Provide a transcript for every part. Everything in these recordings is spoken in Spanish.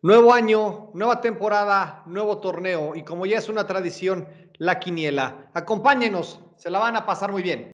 Nuevo año, nueva temporada, nuevo torneo y como ya es una tradición, la quiniela. Acompáñenos, se la van a pasar muy bien.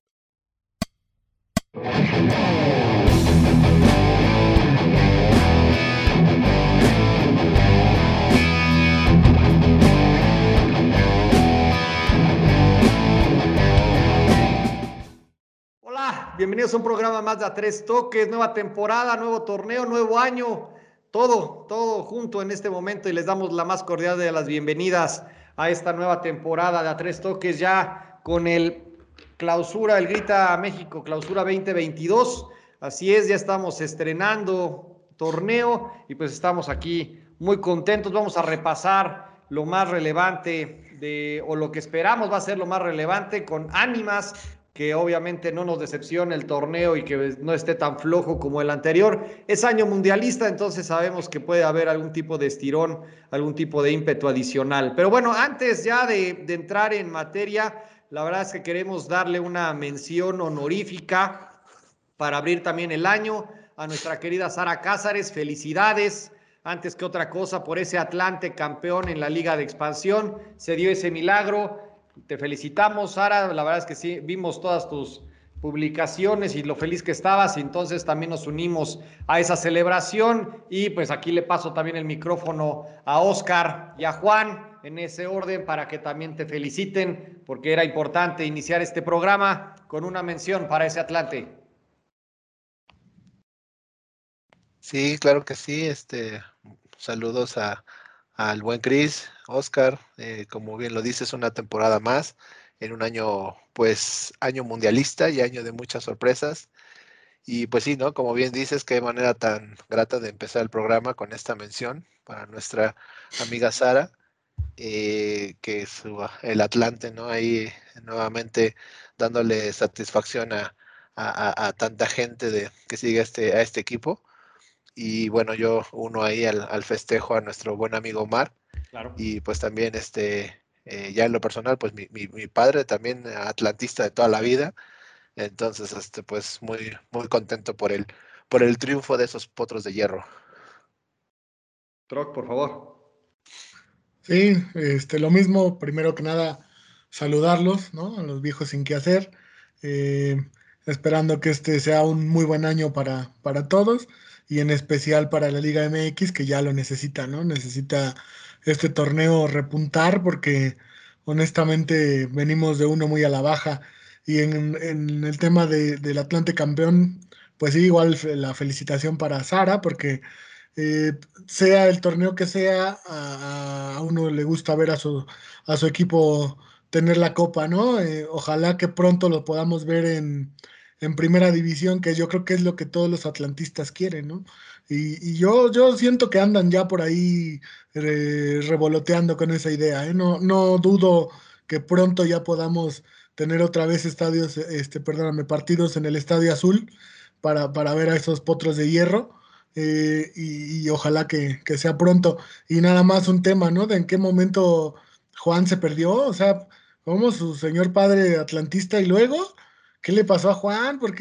Hola, bienvenidos a un programa más de A Tres Toques, nueva temporada, nuevo torneo, nuevo año, todo junto en este momento y les damos la más cordial de las bienvenidas a esta nueva temporada de A Tres Toques ya con el clausura, el Grita México, clausura 2022. Así es, ya estamos estrenando torneo y pues estamos aquí muy contentos. Vamos a repasar lo más relevante o lo que esperamos va a ser lo más relevante con ánimas que obviamente no nos decepcione el torneo y que no esté tan flojo como el anterior. Es año mundialista, entonces sabemos que puede haber algún tipo de estirón, algún tipo de ímpetu adicional. Pero bueno, antes ya de entrar en materia, la verdad es que queremos darle una mención honorífica para abrir también el año a nuestra querida Sara Cázares. Felicidades, antes que otra cosa, por ese Atlante campeón en la Liga de Expansión. Se dio ese milagro. Te felicitamos, Sara. La verdad es que sí, vimos todas tus publicaciones y lo feliz que estabas, y entonces también nos unimos a esa celebración. Y pues aquí le paso también el micrófono a Oscar y a Juan en ese orden para que también te feliciten, porque era importante iniciar este programa con una mención para ese Atlante. Sí, claro que sí. Saludos al buen Chris, Oscar. Como bien lo dices, una temporada más en un año, pues, año mundialista y año de muchas sorpresas. Y pues sí, ¿no? Como bien dices, qué manera tan grata de empezar el programa con esta mención para nuestra amiga Sara, que es el Atlante, ¿no? Ahí nuevamente dándole satisfacción a tanta gente que sigue a este equipo. Y bueno, yo uno ahí al festejo a nuestro buen amigo Omar. Claro. Y pues también ya en lo personal, pues mi padre también atlantista de toda la vida. Entonces, pues muy contento por el triunfo de esos potros de hierro. Troc, por favor. Sí, lo mismo, primero que nada, saludarlos, ¿no? A los viejos sin qué hacer, eh, esperando que este sea un muy buen año para todos y en especial para la Liga MX, que ya lo necesita, ¿no? Necesita este torneo repuntar porque honestamente venimos de uno muy a la baja y en el tema del Atlante campeón, pues sí, igual la felicitación para Sara porque eh, sea el torneo que sea, a uno le gusta ver a su equipo tener la copa, ¿no? Ojalá que pronto lo podamos ver en primera división, que yo creo que es lo que todos los atlantistas quieren, ¿no? Y yo siento que andan ya por ahí revoloteando con esa idea, ¿eh? No dudo que pronto ya podamos tener otra vez perdóname, partidos en el Estadio Azul para ver a esos potros de hierro y ojalá que sea pronto. Y nada más un tema, ¿no? De en qué momento Juan se perdió, o sea, como su señor padre atlantista y luego, ¿qué le pasó a Juan? ¿Por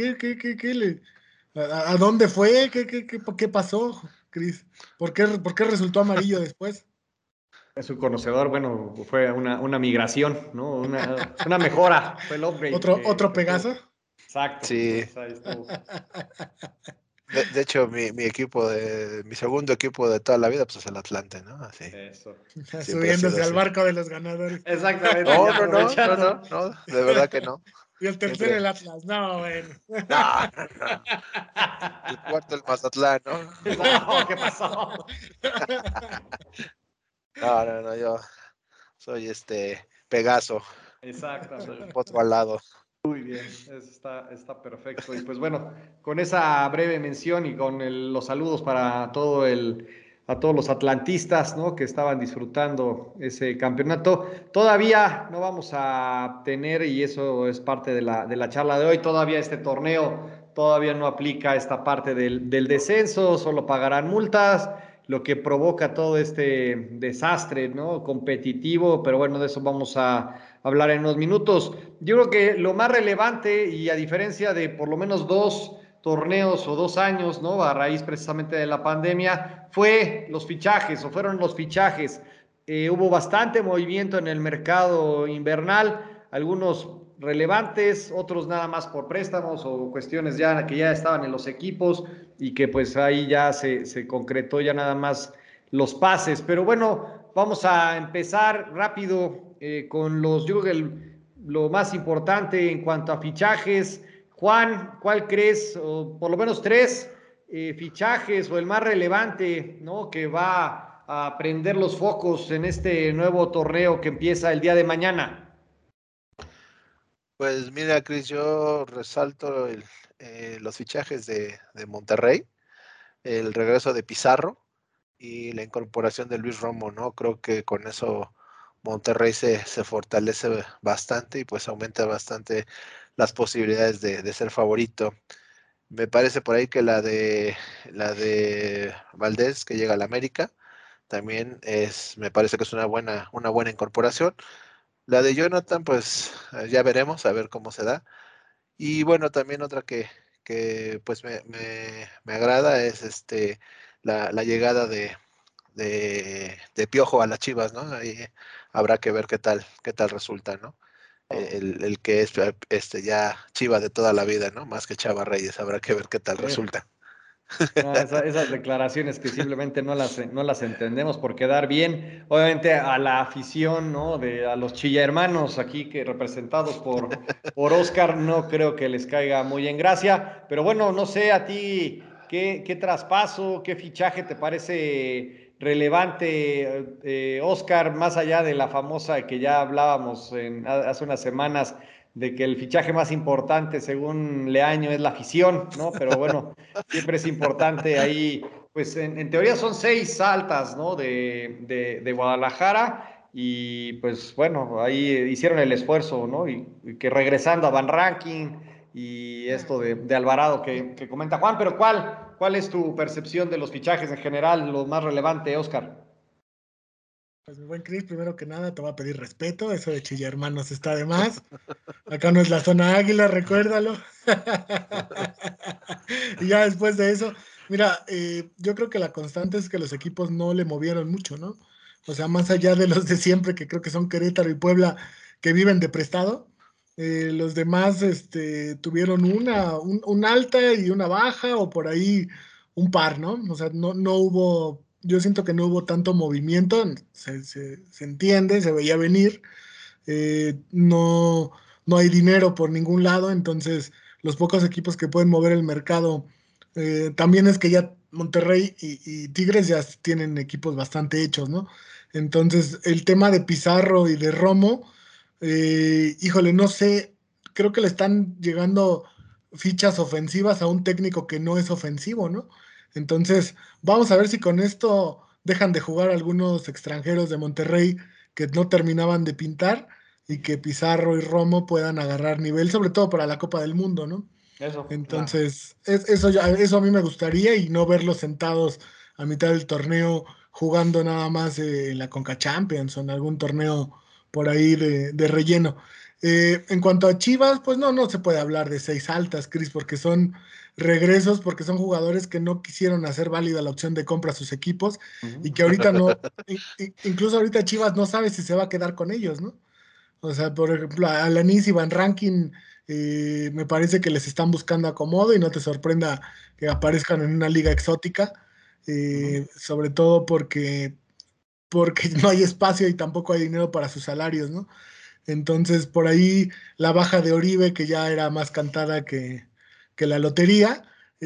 a dónde fue? ¿Qué pasó, Cris? ¿Por qué resultó amarillo después? Es un conocedor, bueno, fue una migración, ¿no? Una mejora, fue el upgrade ¿Otro que tuvo. Pegaso? Exacto, Sí, entonces ahí estuvo. de hecho, mi segundo equipo de toda la vida, pues es el Atlante, ¿no? Así, Eso. siempre ha sido Subiéndose al así. barco de los ganadores. Exactamente, y No, aprovechando. no, de verdad que no. Y el tercero Siempre, el Atlas, no, bueno. no. El cuarto el Mazatlán, ¿no? No, ¿qué pasó? No, yo soy Pegaso, soy un Exactamente. potro alado. Muy bien, eso está perfecto. Y pues bueno, con esa breve mención y con los saludos para a todos los atlantistas, ¿no? Que estaban disfrutando ese campeonato. Todavía no vamos a tener, y eso es parte de la charla de hoy, todavía este torneo todavía no aplica esta parte del descenso, solo pagarán multas, lo que provoca todo este desastre, ¿no? Competitivo, pero bueno, de eso vamos a hablar en unos minutos. Yo creo que lo más relevante, y a diferencia de por lo menos torneos o 2 años, ¿no? A raíz precisamente de la pandemia, fueron los fichajes. Hubo bastante movimiento en el mercado invernal, algunos relevantes, otros nada más por préstamos o cuestiones ya que ya estaban en los equipos y que pues ahí ya se concretó ya nada más los pases. Pero bueno, vamos a empezar rápido con yo creo que lo más importante en cuanto a fichajes. Juan, ¿cuál crees, o por lo menos tres fichajes o el más relevante, ¿no? Que va a prender los focos en este nuevo torneo que empieza el día de mañana? Pues mira, Cris, yo resalto los fichajes de Monterrey, el regreso de Pizarro y la incorporación de Luis Romo, ¿no? Creo que con eso Monterrey se fortalece bastante y pues aumenta bastante las posibilidades de ser favorito. Me parece por ahí que la de Valdés, que llega al América, también me parece que es una buena incorporación. La de Jonathan, pues ya veremos, a ver cómo se da. Y bueno, también otra que pues me agrada es la llegada de Piojo a las Chivas, ¿no? Ahí habrá que ver qué tal resulta, ¿no? El que es ya Chiva de toda la vida, ¿no? Más que Chava Reyes, habrá que ver qué tal resulta. No, esas declaraciones que simplemente no las entendemos por quedar bien. Obviamente a la afición, ¿no? A los Chilla hermanos aquí que representados por Oscar, no creo que les caiga muy en gracia. Pero bueno, no sé a ti qué traspaso, qué fichaje te parece relevante, Oscar, más allá de la famosa que ya hablábamos hace unas semanas, de que el fichaje más importante según Leaño es la afición, ¿no? Pero bueno. Siempre es importante ahí, pues en teoría son 6 altas, ¿no? De Guadalajara y pues bueno, ahí hicieron el esfuerzo, ¿no? Y que regresando a Van Ranking y esto de Alvarado que comenta Juan, pero ¿cuál es tu percepción de los fichajes en general, lo más relevante, Oscar? Pues mi buen Chris, primero que nada te voy a pedir respeto, eso de chillar hermanos está de más. Acá no es la zona águila, recuérdalo. Y ya después de eso, mira, yo creo que la constante es que los equipos no le movieron mucho, ¿no? O sea, más allá de los de siempre, que creo que son Querétaro y Puebla, que viven de prestado, los demás tuvieron un alta y una baja, o por ahí un par, ¿no? O sea, no hubo, yo siento que no hubo tanto movimiento, se entiende, se veía venir, no hay dinero por ningún lado, entonces los pocos equipos que pueden mover el mercado, también es que ya Monterrey y Tigres ya tienen equipos bastante hechos, ¿no? Entonces el tema de Pizarro y de Romo, híjole, no sé, creo que le están llegando fichas ofensivas a un técnico que no es ofensivo, ¿no? Entonces vamos a ver si con esto dejan de jugar algunos extranjeros de Monterrey que no terminaban de pintar y que Pizarro y Romo puedan agarrar nivel, sobre todo para la Copa del Mundo, ¿no? Eso, claro. Entonces, eso a mí me gustaría y no verlos sentados a mitad del torneo jugando nada más en la Conca Champions o en algún torneo por ahí de relleno. En cuanto a Chivas, pues no se puede hablar de 6 altas, Cris, porque son regresos, porque son jugadores que no quisieron hacer válida la opción de compra a sus equipos y que ahorita no, incluso ahorita Chivas no sabe si se va a quedar con ellos, ¿no? O sea, por ejemplo, a Alanis y Van Rankin, me parece que les están buscando acomodo y no te sorprenda que aparezcan en una liga exótica, Ujú. sobre todo porque no hay espacio y tampoco hay dinero para sus salarios, ¿no? Entonces, por ahí la baja de Oribe, que ya era más cantada que la lotería,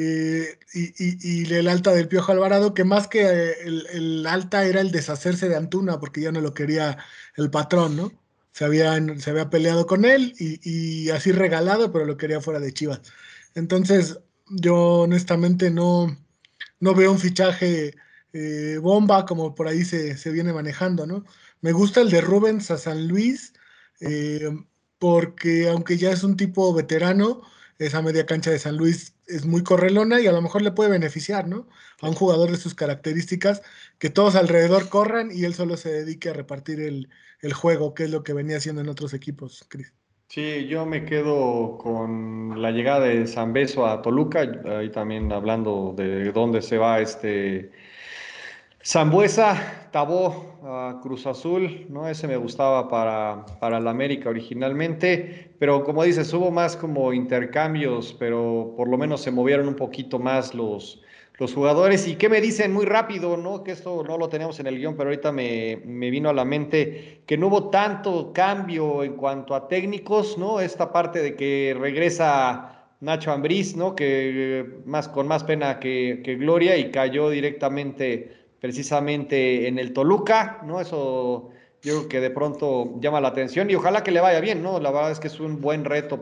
y el alta del Piojo Alvarado, que más que el alta era el deshacerse de Antuna, porque ya no lo quería el patrón, ¿no? Se había peleado con él y así regalado, pero lo quería fuera de Chivas. Entonces, yo honestamente no veo un fichaje bomba como por ahí se viene manejando, ¿no? Me gusta el de Rubens a San Luis, eh, porque aunque ya es un tipo veterano, esa media cancha de San Luis es muy correlona y a lo mejor le puede beneficiar, ¿no? A un Sí. jugador de sus características, que todos alrededor corran y él solo se dedique a repartir el juego, que es lo que venía haciendo en otros equipos, Cris. Sí, yo me quedo con la llegada de Zambeso a Toluca, ahí también hablando de dónde se va Sambuesa, Tabó, Cruz Azul, ¿no? Ese me gustaba para el América originalmente, pero como dices, hubo más como intercambios, pero por lo menos se movieron un poquito más los jugadores. ¿Y qué me dicen muy rápido, ¿no? Que esto no lo tenemos en el guión, pero ahorita me vino a la mente que no hubo tanto cambio en cuanto a técnicos, ¿no? Esta parte de que regresa Nacho Ambriz, ¿no? Que más con más pena que gloria y cayó directamente precisamente en el Toluca, ¿no? Eso yo creo que de pronto llama la atención y ojalá que le vaya bien, ¿no? La verdad es que es un buen reto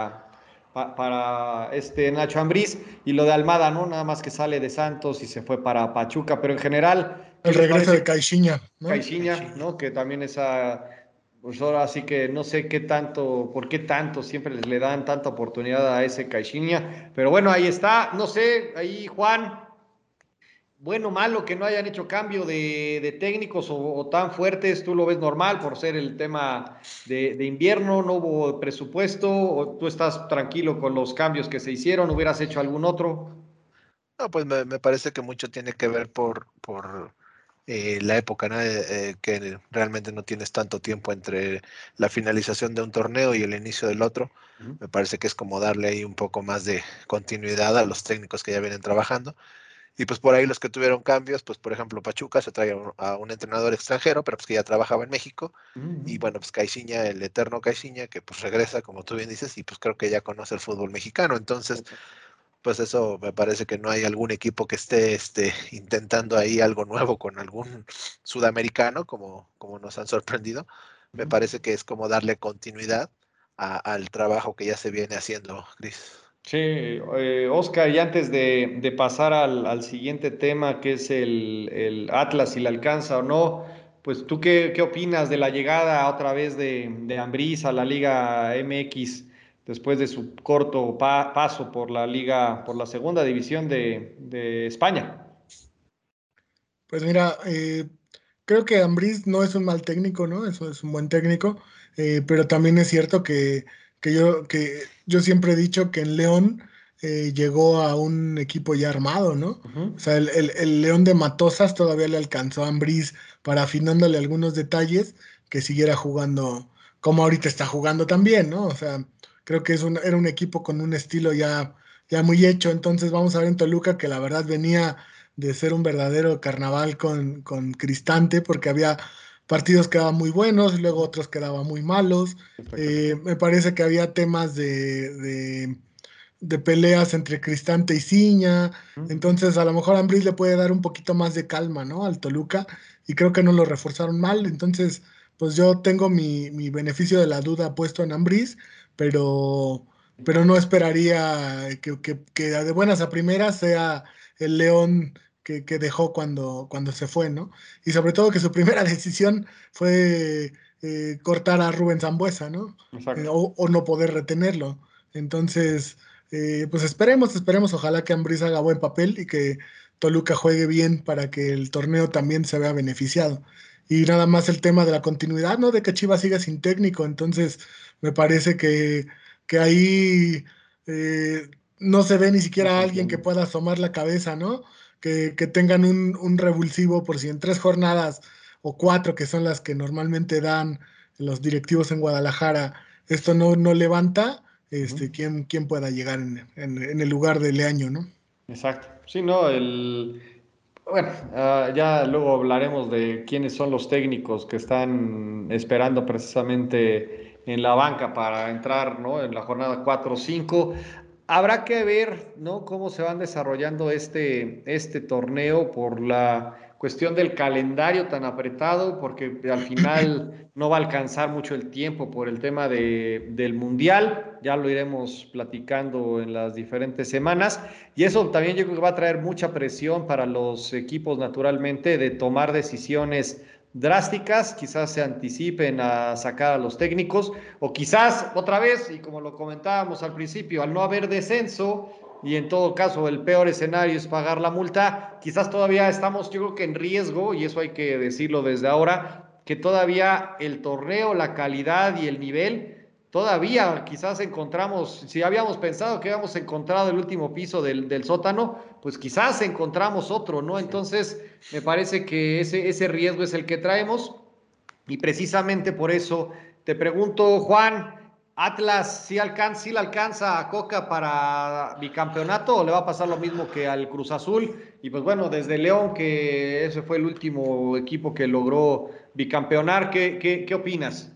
para este Nacho Ambriz y lo de Almada, ¿no? Nada más que sale de Santos y se fue para Pachuca, pero en general, ¿qué El les regreso de parece Caixinha, ¿no? Caixinha, ¿no? Que también esa, pues ahora sí que no sé qué tanto, por qué tanto siempre les le dan tanta oportunidad a ese Caixinha, pero bueno, ahí está, no sé, ahí Juan, bueno, malo que no hayan hecho cambio de técnicos o tan fuertes, tú lo ves normal por ser el tema de invierno, no hubo presupuesto, o tú estás tranquilo con los cambios que se hicieron, hubieras hecho algún otro. No, pues me parece que mucho tiene que ver por la época, ¿no? Que realmente no tienes tanto tiempo entre la finalización de un torneo y el inicio del otro. Ujú, Me parece que es como darle ahí un poco más de continuidad a los técnicos que ya vienen trabajando. Y pues por ahí los que tuvieron cambios, pues por ejemplo Pachuca se trae a un entrenador extranjero, pero pues que ya trabajaba en México. ujú, Y bueno, pues Caixinha, el eterno Caixinha, que pues regresa, como tú bien dices, y pues creo que ya conoce el fútbol mexicano. Entonces, ujú. pues eso me parece que no hay algún equipo que esté intentando ahí algo nuevo con algún sudamericano, como nos han sorprendido. Me parece que es como darle continuidad al trabajo que ya se viene haciendo, Cris. Sí, Oscar, y antes de pasar al siguiente tema, que es el Atlas, si le alcanza o no, pues tú qué opinas de la llegada otra vez de Ambriz a la Liga MX después de su corto paso por la Liga, por la segunda división de España? Pues mira, creo que Ambriz no es un mal técnico, ¿no? Eso es un buen técnico, pero también es cierto que yo siempre he dicho que en León llegó a un equipo ya armado, ¿no? O Ujú, sea, el León de Matosas todavía le alcanzó a Ambriz para afinándole algunos detalles que siguiera jugando como ahorita está jugando también, ¿no? O sea, creo que era un equipo con un estilo ya muy hecho. Entonces vamos a ver en Toluca que la verdad venía de ser un verdadero carnaval con Cristante, porque había partidos que daban muy buenos y luego otros que daban muy malos. espectacular. Me parece que había temas de peleas entre Cristante y Ciña, Ujú, entonces a lo mejor Ambriz le puede dar un poquito más de calma, ¿no? Al Toluca, y creo que no lo reforzaron mal, entonces pues yo tengo mi beneficio de la duda puesto en Ambriz, pero, pero no esperaría que de buenas a primeras sea el León que dejó cuando se fue, ¿no? Y sobre todo que su primera decisión fue cortar a Rubén Sambuesa, ¿no? exacto. O no poder retenerlo. Entonces, pues esperemos, ojalá que Ambriz haga buen papel y que Toluca juegue bien para que el torneo también se vea beneficiado. Y nada más el tema de la continuidad, ¿no? De que Chivas siga sin técnico, entonces me parece que ahí no se ve ni No siquiera se alguien que entiende. pueda asomar la cabeza, ¿no? Que tengan un revulsivo por si en 3 jornadas o 4, que son las que normalmente dan los directivos en Guadalajara, esto no levanta, Ujú. quién pueda llegar en el lugar de Leaño, ¿no? Exacto. Sí, no, bueno, ya luego hablaremos de quiénes son los técnicos que están esperando precisamente en la banca para entrar, ¿no? En la jornada 4 o 5. Habrá que ver, ¿no? Cómo se van desarrollando este torneo por la cuestión del calendario tan apretado, porque al final no va a alcanzar mucho el tiempo por el tema del Mundial. Ya lo iremos platicando en las diferentes semanas. Y eso también yo creo que va a traer mucha presión para los equipos naturalmente de tomar decisiones drásticas, quizás se anticipen a sacar a los técnicos o quizás otra vez, y como lo comentábamos al principio, al no haber descenso y en todo caso el peor escenario es pagar la multa, quizás todavía estamos yo creo que en riesgo y eso hay que decirlo desde ahora, que todavía el torneo, la calidad y el nivel todavía quizás encontramos, si habíamos pensado que habíamos encontrado el último piso del sótano, pues quizás encontramos otro, ¿no? Entonces, me parece que ese riesgo es el que traemos y precisamente por eso te pregunto, Juan, ¿Atlas sí le alcanza a Coca para bicampeonato o le va a pasar lo mismo que al Cruz Azul? Y pues bueno, desde León, que ese fue el último equipo que logró bicampeonar, ¿qué opinas?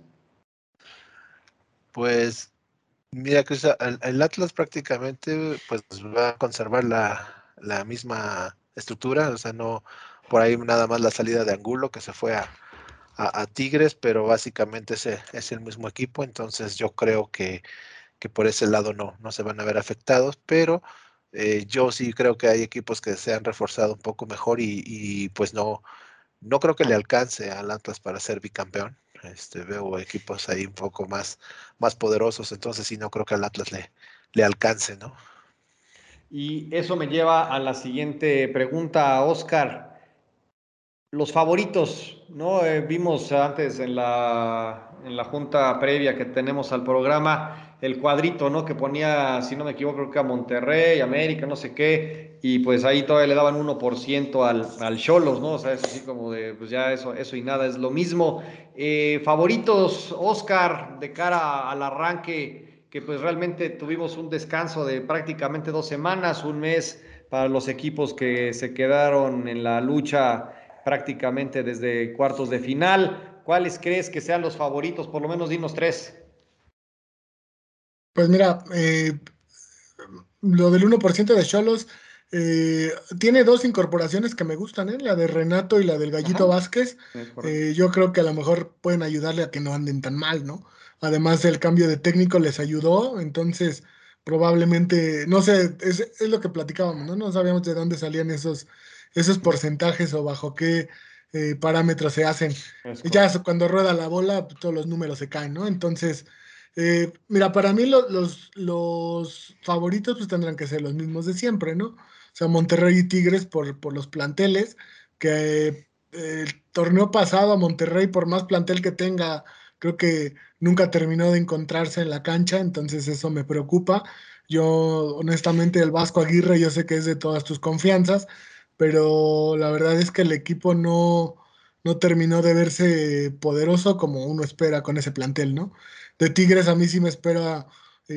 Pues mira, Cris, el Atlas prácticamente pues va a conservar la misma estructura, o sea, no por ahí nada más la salida de Angulo que se fue a Tigres, pero básicamente ese es el mismo equipo, entonces yo creo que por ese lado no se van a ver afectados, pero yo sí creo que hay equipos que se han reforzado un poco mejor y pues no creo que le alcance al Atlas para ser bicampeón. Veo equipos ahí un poco más poderosos, entonces sí no creo que al Atlas le alcance, ¿no? Y eso me lleva a la siguiente pregunta, Oscar. Los favoritos, ¿no? Vimos antes en la junta previa que tenemos al programa el cuadrito, ¿no? Que ponía, si no me equivoco, creo que a Monterrey, América, no sé qué, y pues ahí todavía le daban 1% al Xolos, ¿no? O sea, es así como de, pues ya eso y nada, es lo mismo. Favoritos, Oscar, de cara al arranque, que pues realmente tuvimos un descanso de prácticamente 2 semanas, un mes para los equipos que se quedaron en la lucha prácticamente desde cuartos de final. ¿Cuáles crees que sean los favoritos? Por lo menos dinos tres. Pues mira, lo del 1% de Cholos tiene dos incorporaciones que me gustan, ¿eh? La de Renato y la del Gallito Ajá, Vázquez. es correcto. Yo creo que a lo mejor pueden ayudarle a que no anden tan mal, ¿no? Además, el cambio de técnico les ayudó, entonces probablemente, no sé, es lo que platicábamos, ¿no? No sabíamos de dónde salían esos porcentajes o bajo qué parámetros se hacen. Es Ya correcto. cuando rueda la bola, pues, todos los números se caen, ¿no? Entonces... mira, para mí los favoritos pues tendrán que ser los mismos de siempre, ¿no? O sea, Monterrey y Tigres por los planteles, que el torneo pasado a Monterrey, por más plantel que tenga, creo que nunca terminó de encontrarse en la cancha, entonces eso me preocupa. Yo, honestamente, el Vasco Aguirre, yo sé que es de todas tus confianzas, pero la verdad es que el equipo no terminó de verse poderoso como uno espera con ese plantel, ¿no? De Tigres a mí sí me espera,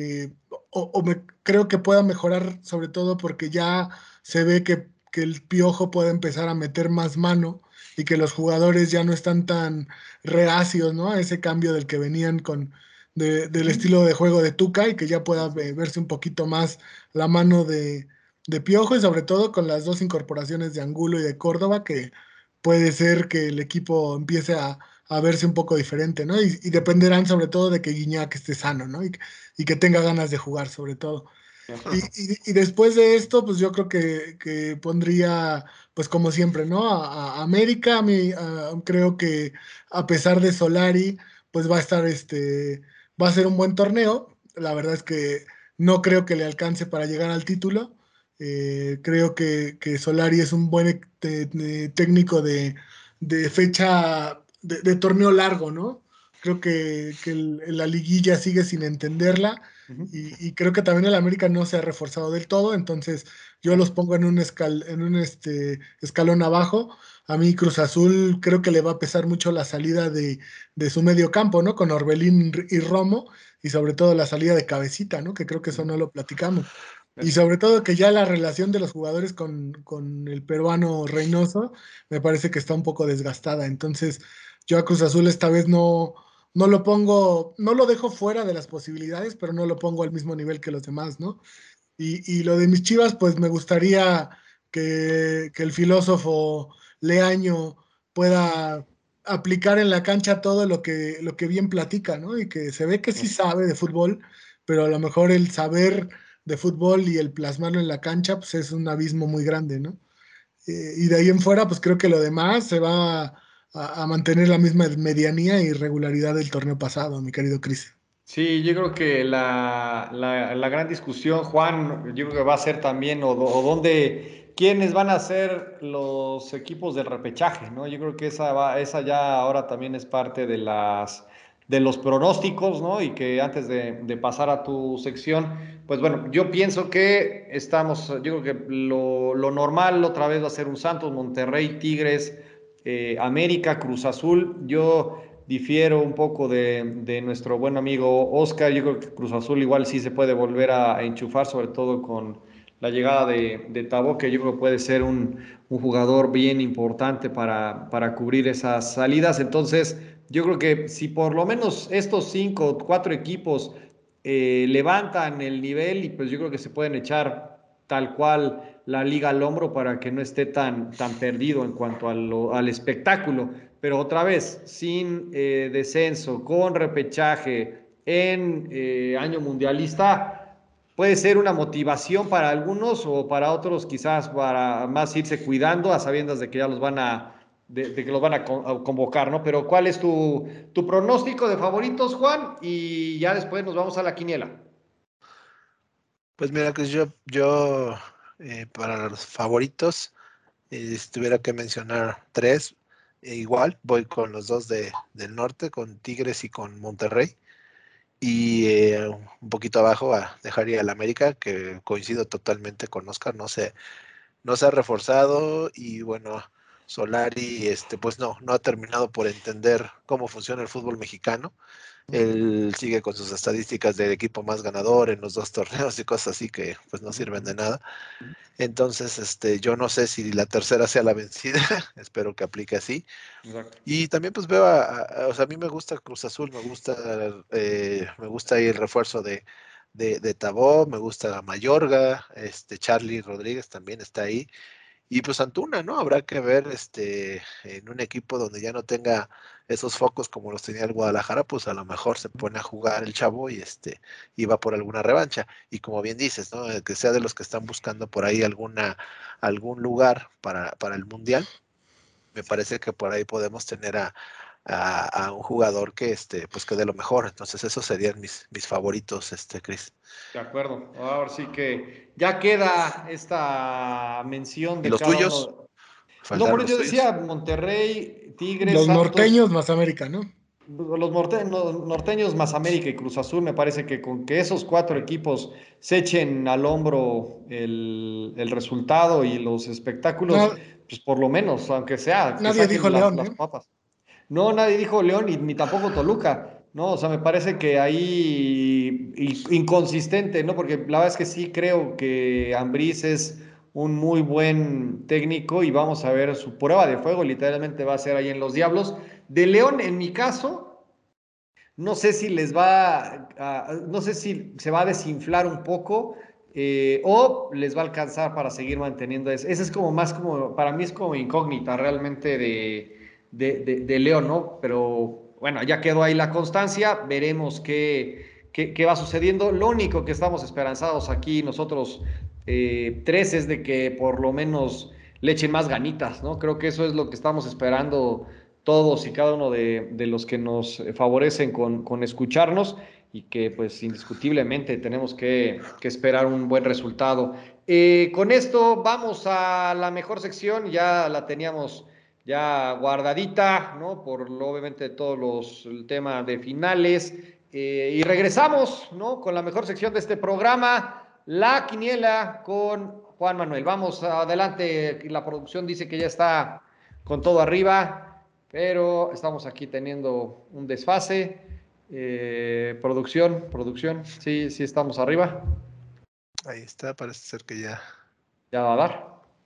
creo que pueda mejorar, sobre todo porque ya se ve que el Piojo puede empezar a meter más mano y que los jugadores ya no están tan reacios, ¿no? A ese cambio del que venían del Ujú. estilo de juego de Tuca y que ya pueda verse un poquito más la mano de Piojo y sobre todo con las dos incorporaciones de Angulo y de Córdoba que puede ser que el equipo empiece a verse un poco diferente, ¿no? Y dependerán sobre todo de que Guiñac esté sano, ¿no? Y que tenga ganas de jugar, sobre todo. Y después de esto, pues yo creo que pondría, pues como siempre, ¿no? A América, creo que a pesar de Solari, pues va a estar, va a ser un buen torneo. La verdad es que no creo que le alcance para llegar al título. Creo que Solari es un buen técnico de fecha, de torneo largo, ¿no? Creo que la liguilla sigue sin entenderla Ujú. y creo que también el América no se ha reforzado del todo, entonces yo los pongo en un escalón abajo. A mí Cruz Azul creo que le va a pesar mucho la salida de su medio campo, ¿no? Con Orbelín y Romo, y sobre todo la salida de Cabecita, ¿no? Que creo que eso no lo platicamos. Y Es- sobre todo que ya la relación de los jugadores con el peruano Reynoso me parece que está un poco desgastada. Entonces, yo a Cruz Azul esta vez no lo pongo, no lo dejo fuera de las posibilidades, pero no lo pongo al mismo nivel que los demás, ¿no? Y lo de mis Chivas, pues me gustaría que el filósofo Leaño pueda aplicar en la cancha todo lo que bien platica, ¿no? Y que se ve que sí sabe de fútbol, pero a lo mejor el saber de fútbol y el plasmarlo en la cancha, pues es un abismo muy grande, ¿no? Y de ahí en fuera, pues creo que lo demás se va a mantener la misma medianía y regularidad del torneo pasado, mi querido Cris. Sí, yo creo que la gran discusión, Juan, yo creo que va a ser también, o dónde, quiénes van a ser los equipos del repechaje, ¿no? Yo creo que esa ya ahora también es parte de los pronósticos, ¿no? Y que antes de pasar a tu sección, pues bueno, yo pienso que yo creo que lo normal otra vez va a ser un Santos, Monterrey, Tigres, América, Cruz Azul. Yo difiero un poco de nuestro buen amigo Oscar. Yo creo que Cruz Azul igual sí se puede volver a enchufar, sobre todo con la llegada de Tabo, que yo creo que puede ser un jugador bien importante para cubrir esas salidas. Entonces, yo creo que si por lo menos estos 5 o 4 equipos levantan el nivel, y pues yo creo que se pueden echar tal cual la liga al hombro para que no esté tan perdido en cuanto al espectáculo. Pero otra vez, sin descenso, con repechaje en año mundialista, puede ser una motivación para algunos o para otros quizás para más irse cuidando a sabiendas de que ya los van de que los van a convocar, ¿no? Pero ¿cuál es tu pronóstico de favoritos, Juan? Y ya después nos vamos a la quiniela. Pues mira, Chris, yo para los favoritos, si tuviera que mencionar tres, igual voy con los dos del norte, con Tigres y con Monterrey. Y un poquito abajo dejaría el América, que coincido totalmente con Oscar, no se ha reforzado y bueno, Solari, pues no ha terminado por entender cómo funciona el fútbol mexicano. Él sigue con sus estadísticas del equipo más ganador en los dos torneos y cosas así que pues no sirven de nada. Entonces, yo no sé si la tercera sea la vencida, espero que aplique así. Exacto. Y también pues veo, o sea, a mí me gusta Cruz Azul, me gusta ahí el refuerzo de Tabó, me gusta Mayorga, Charlie Rodríguez también está ahí. Y pues Antuna, ¿no? Habrá que ver en un equipo donde ya no tenga esos focos como los tenía el Guadalajara, pues a lo mejor se pone a jugar el chavo y va por alguna revancha. Y como bien dices, ¿no? Que sea de los que están buscando por ahí algún lugar para el Mundial. Me parece que por ahí podemos tener a un jugador que pues que dé lo mejor. Entonces, esos serían mis favoritos, Chris. De acuerdo. Ahora sí que ya queda esta mención ¿Y de los cada tuyos? uno. No, por Faltaron eso los yo tuyos. decía Monterrey, Tigres, Los Santos. norteños más América, ¿no? Los norteños más América y Cruz Azul, me parece que con que esos 4 equipos se echen al hombro el resultado y los espectáculos, Na- pues por lo menos, aunque sea, que Nadie dijo saquen las, León, las ¿eh? papas. No, nadie dijo León y ni tampoco Toluca, ¿no? O sea, me parece que ahí inconsistente, ¿no? Porque la verdad es que sí creo que Ambriz es un muy buen técnico y vamos a ver su prueba de fuego, literalmente va a ser ahí en Los Diablos. De León, en mi caso, no sé si no sé si se va a desinflar un poco o les va a alcanzar para seguir manteniendo eso. Ese es como más como, para mí es como incógnita realmente de León, ¿no? Pero bueno, ya quedó ahí la constancia, veremos qué va sucediendo. Lo único que estamos esperanzados aquí nosotros tres es de que por lo menos le echen más ganitas, ¿no? Creo que eso es lo que estamos esperando todos y cada uno de los que nos favorecen con escucharnos y que pues indiscutiblemente tenemos que esperar un buen resultado. Con esto vamos a la mejor sección, ya la teníamos ya guardadita, ¿no? Obviamente el tema de finales. Y regresamos, ¿no? Con la mejor sección de este programa, la quiniela con Juan Manuel. Vamos adelante, la producción dice que ya está con todo arriba, pero estamos aquí teniendo un desfase. Producción, sí, sí estamos arriba. Ahí está, parece ser que ya. Ya va a dar.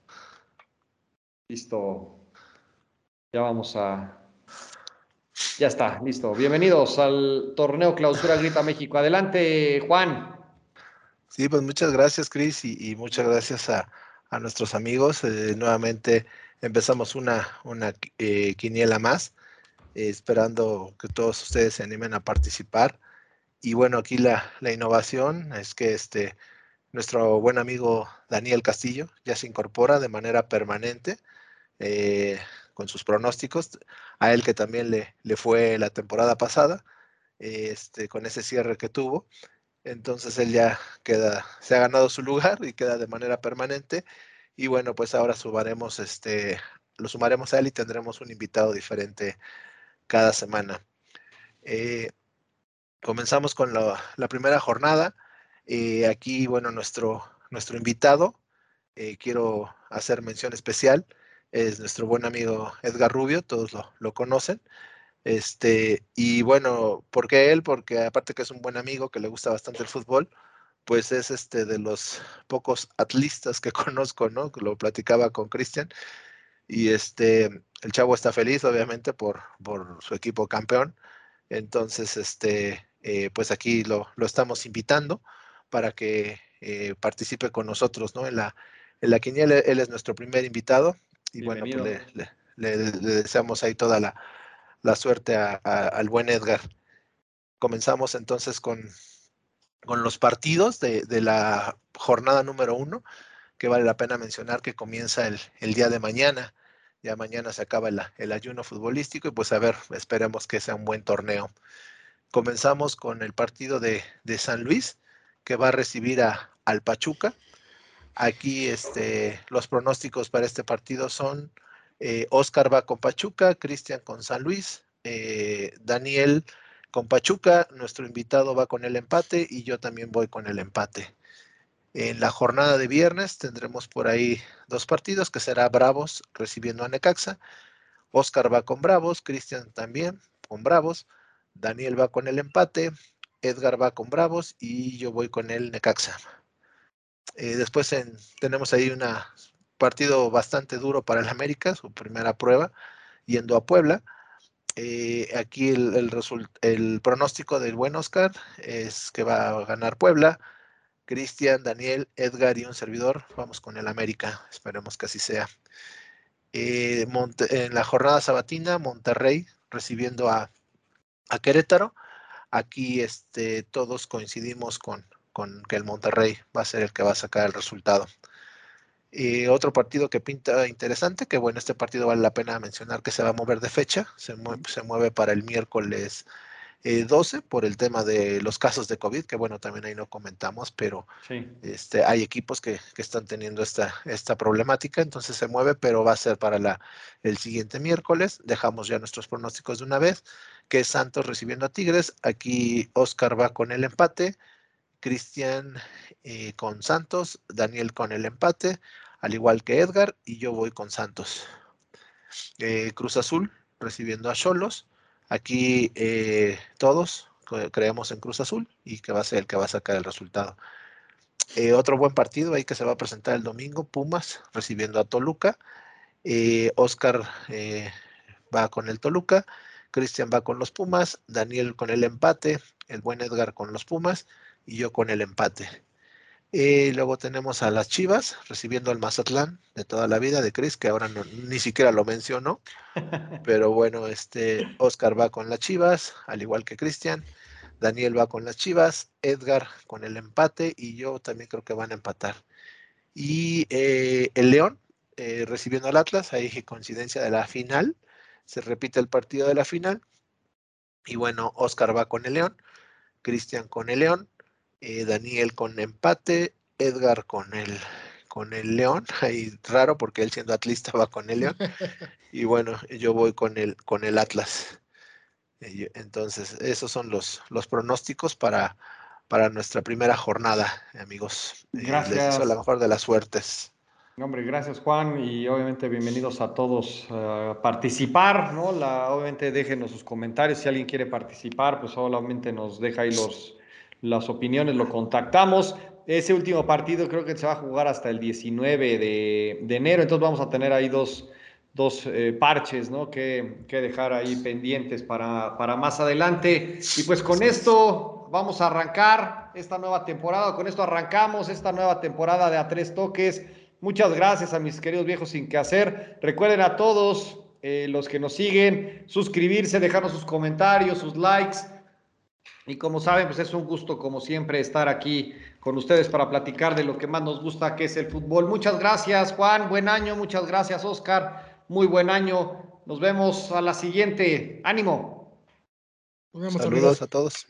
Listo. Ya vamos a. Ya está, listo. Bienvenidos al torneo Clausura Grita México. Adelante, Juan. Sí, pues muchas gracias, Chris, y muchas gracias a nuestros amigos. Nuevamente empezamos una quiniela más, esperando que todos ustedes se animen a participar. Y bueno, aquí la innovación es que nuestro buen amigo Daniel Castillo ya se incorpora de manera permanente eh, con sus pronósticos, a él que también le fue la temporada pasada, con ese cierre que tuvo. Entonces él ya se ha ganado su lugar y queda de manera permanente. Y bueno, pues ahora lo sumaremos a él y tendremos un invitado diferente cada semana. Comenzamos con la primera jornada. Aquí, bueno, nuestro invitado, quiero hacer mención especial, es nuestro buen amigo Edgar Rubio, todos lo conocen. Y bueno, ¿por qué él? Porque aparte que es un buen amigo, que le gusta bastante el fútbol, pues es de los pocos atlistas que conozco, ¿no? Que lo platicaba con Cristian. Y el chavo está feliz, obviamente, por su equipo campeón. Entonces, pues aquí lo estamos invitando para que participe con nosotros, ¿no? En la quiniela, él es nuestro primer invitado. Y bueno, pues Bienvenido. le deseamos ahí toda la suerte al buen Edgar. Comenzamos entonces con los partidos de la jornada número 1, que vale la pena mencionar que comienza el día de mañana. Ya mañana se acaba el ayuno futbolístico y pues a ver, esperemos que sea un buen torneo. Comenzamos con el partido de San Luis, que va a recibir al Pachuca. Aquí los pronósticos para este partido son Oscar va con Pachuca, Cristian con San Luis, Daniel con Pachuca, nuestro invitado va con el empate y yo también voy con el empate. En la jornada de viernes tendremos por ahí 2 partidos, que será Bravos recibiendo a Necaxa. Oscar va con Bravos, Cristian también con Bravos, Daniel va con el empate, Edgar va con Bravos y yo voy con el Necaxa. Después tenemos ahí un partido bastante duro para el América, su primera prueba, yendo a Puebla. Aquí el pronóstico del buen Oscar es que va a ganar Puebla. Cristian, Daniel, Edgar y un servidor, vamos con el América, esperemos que así sea. En la jornada sabatina, Monterrey recibiendo a Querétaro. Aquí todos coincidimos con que el Monterrey va a ser el que va a sacar el resultado. Otro partido que pinta interesante, que bueno, este partido vale la pena mencionar que se va a mover de fecha, se mueve para el miércoles 12 por el tema de los casos de COVID, que bueno, también ahí no comentamos, pero Sí. hay equipos que están teniendo esta problemática, entonces se mueve, pero va a ser para el siguiente miércoles. Dejamos ya nuestros pronósticos de una vez, que es Santos recibiendo a Tigres. Aquí Oscar va con el empate, Cristian con Santos, Daniel con el empate, al igual que Edgar, y yo voy con Santos. Cruz Azul recibiendo a Xolos. Aquí todos creemos en Cruz Azul y que va a ser el que va a sacar el resultado. Otro buen partido ahí que se va a presentar el domingo, Pumas recibiendo a Toluca. Oscar va con el Toluca, Cristian va con los Pumas, Daniel con el empate, el buen Edgar con los Pumas y yo con el empate. Luego tenemos a las Chivas recibiendo al Mazatlán de toda la vida de Cris, que ahora ni siquiera lo mencionó, pero bueno, Oscar va con las Chivas, al igual que Cristian. Daniel va con las Chivas, Edgar con el empate y yo también creo que van a empatar. Y el León recibiendo al Atlas, ahí coincidencia de la final, se repite el partido de la final. Y bueno, Oscar va con el León, Cristian con el León, Daniel con empate, Edgar con el León, ahí raro porque él siendo atlista va con el León, y bueno, yo voy con el Atlas. Entonces, esos son los pronósticos para nuestra primera jornada, amigos. Les deseo la Gracias. mejor de las suertes. No, hombre, gracias Juan y obviamente bienvenidos a todos a participar, ¿no? Obviamente déjenos sus comentarios, si alguien quiere participar, pues solamente nos deja ahí las opiniones, lo contactamos. Ese último partido creo que se va a jugar hasta el 19 de enero, entonces vamos a tener ahí dos parches, ¿no? Que dejar ahí pendientes para más adelante. Y pues con esto vamos a arrancar esta nueva temporada, con esto arrancamos esta nueva temporada de A Tres Toques. Muchas gracias a mis queridos viejos sin qué hacer. Recuerden a todos los que nos siguen, suscribirse, dejarnos sus comentarios, sus likes. Y como saben, pues es un gusto, como siempre, estar aquí con ustedes para platicar de lo que más nos gusta, que es el fútbol. Muchas gracias, Juan. Buen año. Muchas gracias, Oscar. Muy buen año. Nos vemos a la siguiente. Ánimo. Nos vemos, Saludos amigos. a todos.